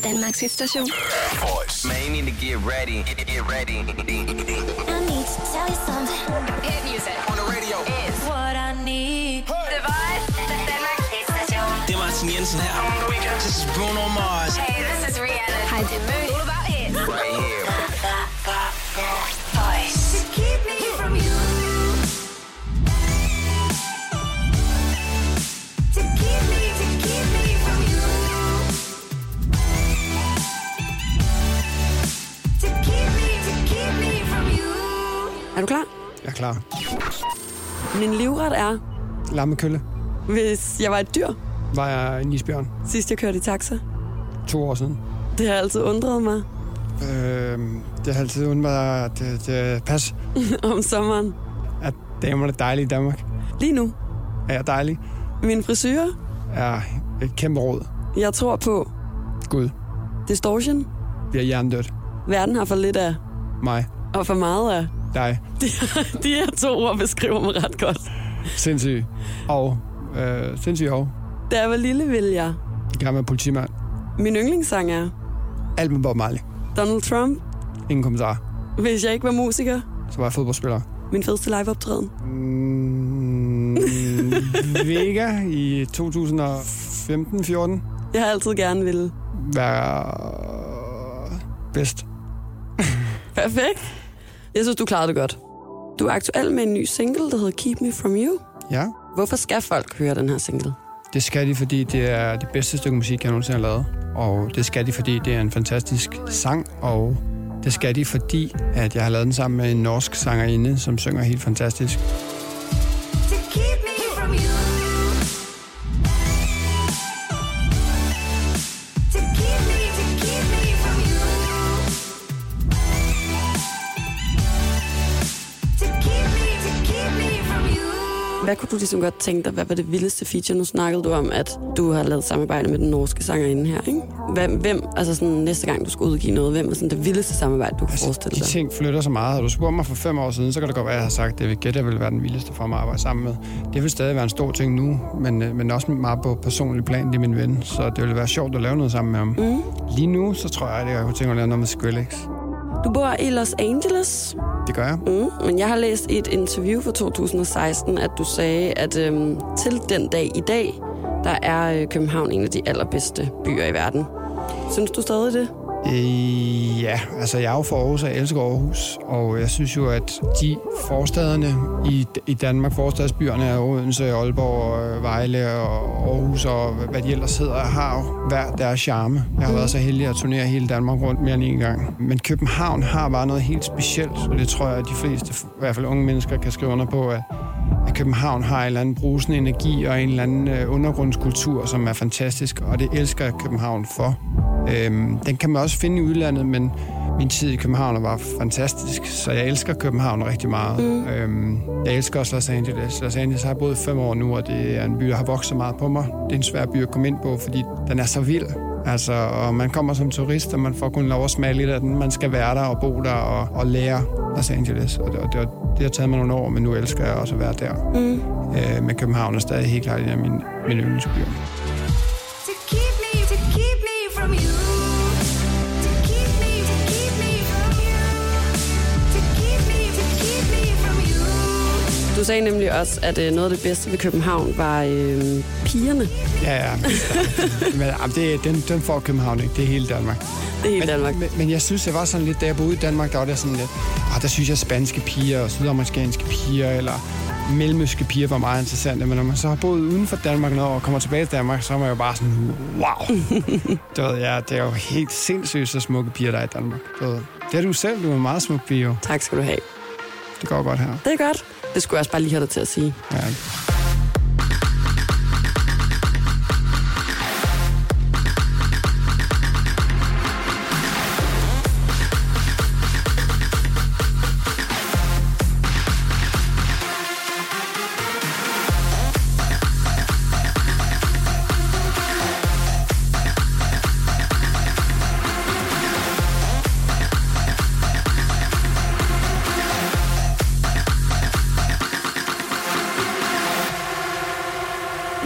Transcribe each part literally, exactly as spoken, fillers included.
Danmarks hitstation. Man, you need to get ready. Get ready. I need to tell you something. Hit music On the radio is What I need. The Voice. Danmarks hitstation. Det er Martin Jensen her. This is Bruno Mars. Hey, this is Rihanna. Hej, det er Mø. All about hits. right here. Voice. To keep me from you. To keep me, to keep me from you. To keep me, to keep me from you. Er du klar? Jeg er klar. Min livret er, Lammekølle. hvis jeg var et dyr, Var jeg en isbjørn? sidst jeg kørte i taxa. To år siden. Det har altid undret mig Øh, det har altid undret mig, at det, det pas, om sommeren. at damerne er dejlige i Danmark. Lige nu, Er jeg dejlig? min frisyrer, Er et kæmpe råd. jeg tror på Gud, distortion. vi er hjernedødt. Verden har for lidt af, Mig. og for meget af. Dig. De, de her to ord beskriver mig ret godt. Sindssyg. Og. Øh, sindssyg og. Da jeg var lille, ville jeg. I gang med politimand. Min yndlingssang er Alt med Bob Marley. Donald Trump. Ingen kommentar. Hvis jeg ikke var musiker. Så var jeg fodboldspiller. Min fedeste liveoptræden. Mm, Vega i to tusind og femten fjorten. Jeg har altid gerne ville. Være bedst. Perfekt. Jeg synes, du klarede det godt. Du er aktuel med en ny single, der hedder Keep Me From You. Ja. Hvorfor skal folk høre den her single? Det skal de, fordi det er det bedste stykke musik, jeg nogensinde har lavet. Og det skal de, fordi det er en fantastisk sang. Og det skal de, fordi at jeg har lavet den sammen med en norsk sangerinde, som synger helt fantastisk. To keep me from you. To keep me, to keep me from you. To keep me, to keep me from you. Hvad kunne du ligesom godt tænke dig? Hvad var det vildeste feature? Nu snakkede du om, at du har lavet samarbejde med den norske sangerinde her, ikke? Hvem, hvem altså sådan næste gang, du skal udgive noget, hvem er sådan det vildeste samarbejde, du kan altså, forestille de dig? ting flytter så meget. Har du spurgt mig for fem år siden, så kan det godt være, at jeg har sagt, at det vil gætte, vil være den vildeste for mig at arbejde sammen med. Det vil stadig være en stor ting nu, men, men også meget på personlig plan. Det er min ven, så det vil være sjovt at lave noget sammen med ham. Mm. Lige nu, så tror jeg, at jeg kunne tænke mig at lave noget med Skrillex. Du bor i Los Angeles. Det gør jeg. Mm, men jeg har læst i et interview fra to tusind og seksten, at du sagde, at øhm, til den dag i dag, der er øh, København en af de allerbedste byer i verden. Synes du stadig det? Øh, ja, altså jeg er jo fra Aarhus, og jeg elsker Aarhus, og jeg synes jo, at de forstaderne i, i Danmark, forstadsbyerne er Odense, Aalborg, Vejle og Aarhus, og hvad de ellers hedder, har jo hver deres charme. Jeg har været så heldig at turnere hele Danmark rundt mere end en gang. Men København har bare noget helt specielt, og det tror jeg, at de fleste, i hvert fald unge mennesker, kan skrive under på, at at København har en eller anden brusende energi og en eller anden øh, undergrundskultur, som er fantastisk, og det elsker jeg København for. Øhm, den kan man også finde i udlandet, men min tid i København var fantastisk, så jeg elsker København rigtig meget. Mm. Øhm, jeg elsker også Los Angeles. Los Angeles har jeg boet fem år nu, og det er en by, der har vokset meget på mig. Det er en svær by at komme ind på, fordi den er så vild. Altså, og man kommer som turist, og man får kun lov at smage lidt af den. Man skal være der og bo der og, og lære Los Angeles. Og det, og det, det har taget mig nogle år, men nu elsker jeg også at være der. Mm. Øh, men København er stadig helt klart en af mine, mine yndlingsbyer. To keep me, to keep me from you. To keep me, to keep me from you. To keep me, to keep me from you. Du sagde nemlig også, at øh, noget af det bedste ved København var øh, pigerne. Ja, ja. Men, men det, den, den får København ikke. Det er hele Danmark. Det er hele men, Danmark. Men, men jeg synes, jeg var sådan lidt, da jeg boede i Danmark, der var det sådan lidt, ah, der synes jeg, spanske piger og sydamerikanske piger, eller mellemøstske piger var meget interessante. Men når man så har boet uden for Danmark noget og kommer tilbage til Danmark, så er man jo bare sådan, wow. det, ved jeg, det er jo helt sindssygt, så smukke piger, der er i Danmark. Det, ved, det er du selv, du er en meget smuk pige jo. Tak skal du have. Det går godt her. Det er godt. Det skulle jeg også bare lige have dig til at sige. Ja.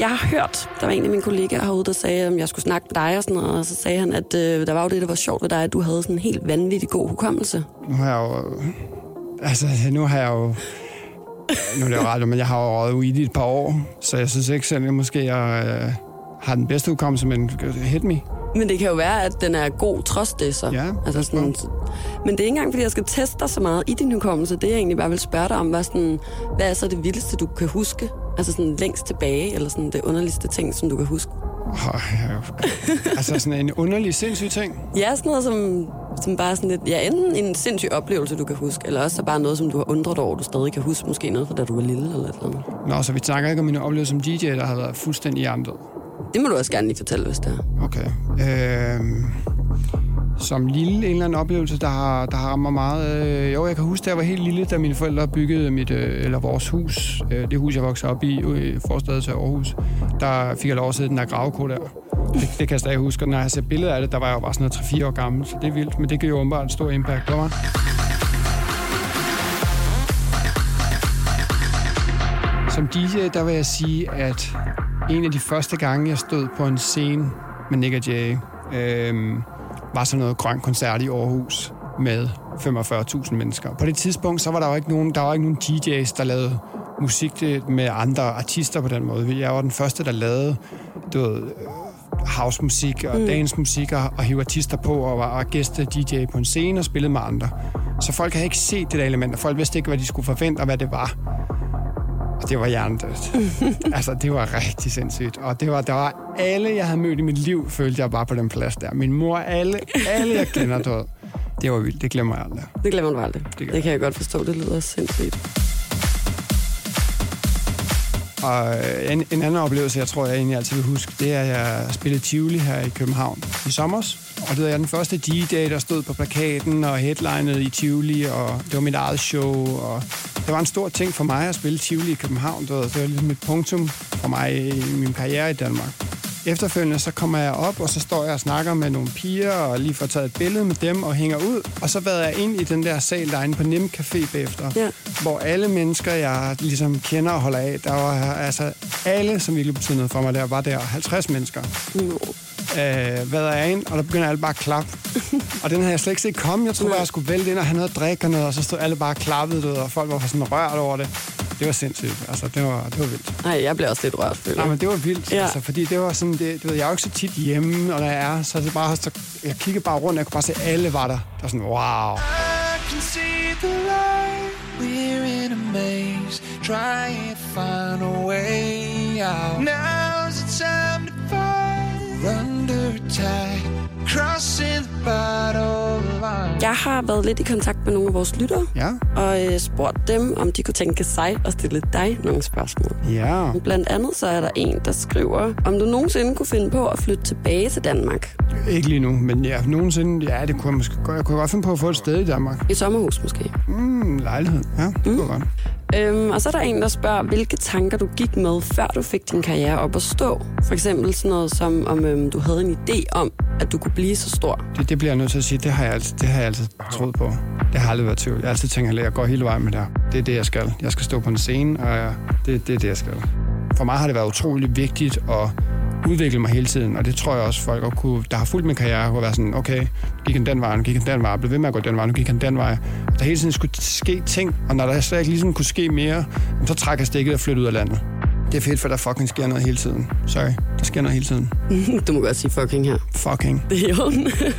Jeg har hørt, der var en af mine kollegaer herude, der sagde, om jeg skulle snakke med dig og sådan noget, og så sagde han, at øh, der var jo det, der var sjovt ved dig, at du havde sådan en helt vanvittig god hukommelse. Nu har jeg jo... Altså, nu har jeg jo... Nu er det jo ret, men jeg har jo røget ude i det et par år, så jeg synes ikke selv, at måske jeg øh, har den bedste hukommelse, men hit me. Men det kan jo være, at den er god trods det, så. Ja, altså sådan, men det er ikke engang, fordi jeg skal teste dig så meget i din hukommelse. Det jeg egentlig bare vil spørge dig om, hvad, sådan, hvad er så det vildeste, du kan huske? Altså sådan længst tilbage, eller sådan det underligste ting, som du kan huske? Oh, ja. Altså sådan en underlig, sindssyg ting? Ja, sådan noget som, som bare sådan lidt... Ja, enten en sindssyg oplevelse, du kan huske, eller også bare noget, som du har undret over, du stadig kan huske. Måske noget fra da du var lille, eller et eller andet. Nå, så vi snakker ikke om mine oplevelser som D J, der har været fuldstændig hjernedød. Det må du også gerne lige fortælle, hvis det er. Okay. Øhm, som lille, en eller anden oplevelse, der har, der har ramt mig meget. Øh, jo, jeg kan huske, da jeg var helt lille, da mine forældre byggede mit, øh, eller vores hus, øh, det hus, jeg voksede op i, i forstedet til Aarhus, der fik jeg lov at sidde den der gravko der. Det, det kan jeg stadig huske, og når jeg ser billeder af det, der var jeg jo bare sådan noget tre fire år gammel, så det er vildt, men det gør jo åbenbart en stor impact på mig. Som D J, der vil jeg sige, at en af de første gange, jeg stod på en scene med Nick og Jay, øh, var sådan noget grøn koncert i Aarhus med femogfyrre tusind mennesker. På det tidspunkt, så var der jo ikke nogen, der var ikke nogen D J's, der lavede musik med andre artister på den måde. Jeg var den første, der lavede du ved, housemusik og mm. dancemusik og, og hive artister på og var og gæste D J på en scene og spillede med andre. Så folk havde ikke set det der element, og folk vidste ikke, hvad de skulle forvente og hvad det var. Og det var hjernedødt. Altså, det var rigtig sindssygt. Og det var, der var alle, jeg havde mødt i mit liv, følte jeg bare på den plads der. Min mor, alle, alle jeg kender, død. Det var vildt. Det glemmer jeg aldrig. Det glemmer du aldrig. Det, det kan jeg godt forstå. Det lyder sindssygt. Og en, en anden oplevelse, jeg tror, jeg egentlig altid vil huske, det er, at jeg spillede Tivoli her i København i sommers. Og det var jeg den første D J, der stod på plakaten og headlinede i Tivoli, og det var mit eget show. Og det var en stor ting for mig at spille Tivoli i København. Det var, det var ligesom et punktum for mig i min karriere i Danmark. Efterfølgende så kommer jeg op, og så står jeg og snakker med nogle piger, og lige får taget et billede med dem og hænger ud. Og så vader jeg ind i den der sal, der er inde på Nem Café bagefter, ja. Hvor alle mennesker, jeg ligesom kender og holder af, der var altså alle, som virkelig betød noget for mig, der var der halvtreds mennesker. Mm. Øh, vader jeg ind, og der begynder alle bare at klappe. Og den havde jeg slet ikke set komme. Jeg troede, mm. jeg skulle vælte ind og have noget at drikke og noget, og så stod alle bare klappet, og folk var sådan rørt over det. Det var sindssygt. Altså, det var, det var vildt. Nej, jeg blev også lidt rørt, føler. Nej, men det var vildt. Ja. Altså, fordi det var sådan, det, du ved, jeg er jo ikke så tit hjemme, og når jeg er, så er det bare, så, jeg kiggede bare rundt, og jeg kunne bare se, at alle var der. Det var sådan, wow. I can see the light, we're in a maze, trying to find a way out. Now's the time to fight, under attack, crossing the battle line. Jeg har været lidt i kontakt med nogle af vores lyttere, ja. og øh, spurgt dem, om de kunne tænke sig at stille dig nogle spørgsmål. Ja. Blandt andet så er der en, der skriver, om du nogensinde kunne finde på at flytte tilbage til Danmark. Ikke lige nu, men ja, nogensinde, ja, det kunne jeg måske jeg kunne godt finde på at få et sted i Danmark. Et sommerhus måske? Mm, lejlighed, ja, det mm. kunne godt. Øhm, og så er der en, der spørger, hvilke tanker du gik med, før du fik din karriere op at stå. For eksempel sådan noget som, om øhm, du havde en idé om, at du kunne blive så stor. Det, det bliver jeg nødt til at sige, det har jeg altid, det har jeg altid troet på. Det har aldrig været tvivl. Jeg har altid tænkt, at jeg går hele vejen med det her. Det er det, jeg skal. Jeg skal stå på en scene, og jeg, det, det er det, jeg skal. For mig har det været utrolig vigtigt at udvikle mig hele tiden, og det tror jeg også, folk også kunne, der har fulgt min karriere, kunne være sådan, okay, gik han den vej, nu gik han den vej, blev ved med at gå den vej, nu gik han den vej. Der hele tiden skulle ske ting, og når der slet ikke ligesom kunne ske mere, så trækker jeg stikket og flytter ud af landet. Det er fedt, for der fucking sker noget hele tiden. Sorry, der sker noget hele tiden. Du må godt sige fucking her. Fucking. Det er jo.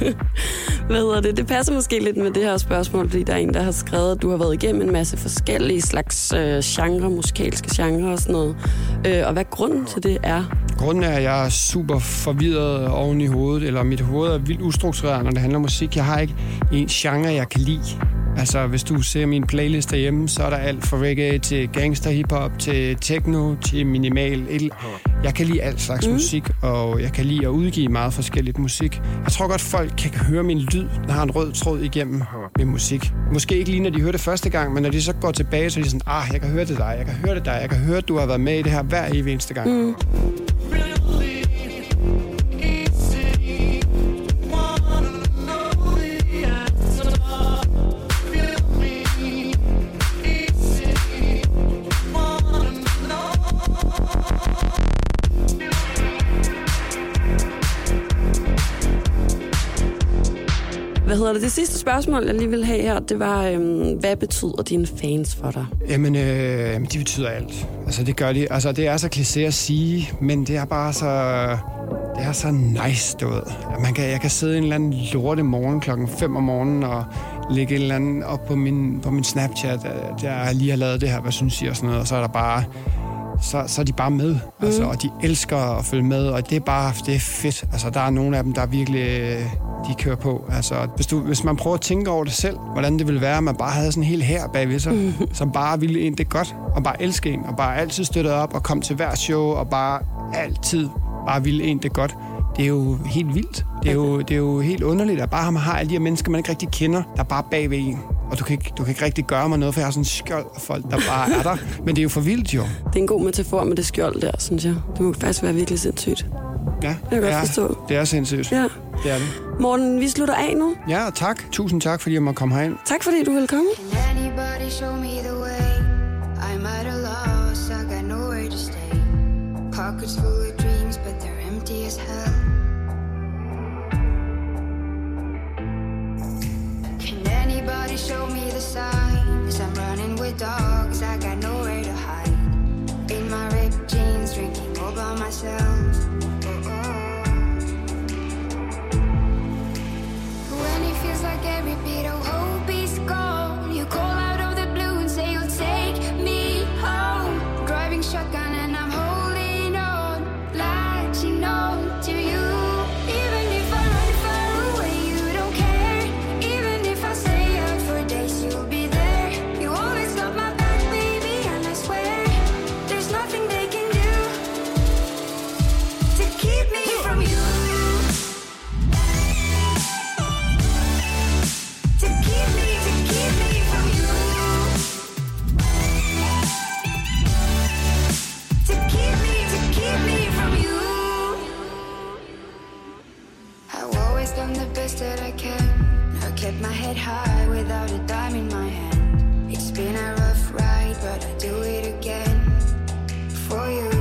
Hvad hedder det? Det passer måske lidt med det her spørgsmål, fordi der er en, der har skrevet, at du har været igennem en masse forskellige slags øh, genre, musikalske genre og sådan noget. Øh, og hvad grunden til det er? Grunden er, at jeg er super forvirret oven i hovedet, eller mit hoved er vildt ustruktureret, når det handler om musik. Jeg har ikke en genre, jeg kan lide. Altså, hvis du ser min playlist derhjemme, så er der alt fra reggae til gangster hiphop, til techno, til minimal. Jeg kan lide alt slags mm. musik, og jeg kan lide at udgive meget forskelligt musik. Jeg tror godt, folk kan høre min lyd, når jeg har en rød tråd igennem min musik. Måske ikke lige, når de hører det første gang, men når de så går tilbage, så er de sådan, ah, jeg kan høre det dig, jeg kan høre det dig, jeg kan høre, at du har været med i det her hver evig eneste gang. Mm. Hvad hedder det? Det sidste spørgsmål, jeg lige vil have her, det var, øhm, hvad betyder dine fans for dig? Jamen, øh, de betyder alt. Altså, det gør de. Altså, det er så kliché at sige, men det er bare så... Det er så nice, du ved. Man kan, jeg kan sidde en eller anden lorte morgen klokken fem om morgenen og lægge et eller andet op på min, på min Snapchat, der jeg lige har lavet det her, hvad synes I, og sådan noget, og så er der bare... Så, så er de bare med, mm. altså, og de elsker at følge med, og det er bare det er fedt. Altså, der er nogle af dem, der virkelig de kører på. Altså, hvis, du, hvis man prøver at tænke over det selv, hvordan det ville være, at man bare havde sådan en hel hær bagved sig, mm. som bare ville en det godt, og bare elske en, og bare altid støtte op, og komme til hver show, og bare altid bare ville en det godt. Det er jo helt vildt. Det er jo, det er jo helt underligt, at bare man har alle de her mennesker, man ikke rigtig kender, der er bare bagved en. Og du kan, ikke, du kan ikke rigtig gøre mig noget, for jeg har sådan en skjold af folk, der bare er der. Men det er jo for vildt, jo. Det er en god metafor med det skjold der, synes jeg. Det må faktisk være virkelig sindssygt. Ja, jeg kan godt ja, forstå. Det er sindssygt. Ja. Det er det. Morten, vi slutter af nu. Ja, tak. Tusind tak, fordi jeg måtte komme herind. Tak, fordi du ville komme. Can anybody show me the way? I'm at a loss, I got nowhere to stay. Pockets full of dreams, but they're empty as hell. Can anybody show me the signs? I'm running with dogs, I got nowhere to hide. In my ripped jeans, drinking all by myself. Oh, oh. When it feels like every bit of hope is gone, you call out of the blue and say you'll take me home. Driving shotgun and I'm holding on, latching on to you. Even if I run far away, you don't care. Even if I stay out for days, you'll be there. You always got my back, baby, and I swear there's nothing they can do to keep me from you. To keep me, to keep me from you. To keep me, to keep me from you. I've always done the best that I can. I kept my head high without a dime in my hand. It's been a rough ride, but I do it again for you.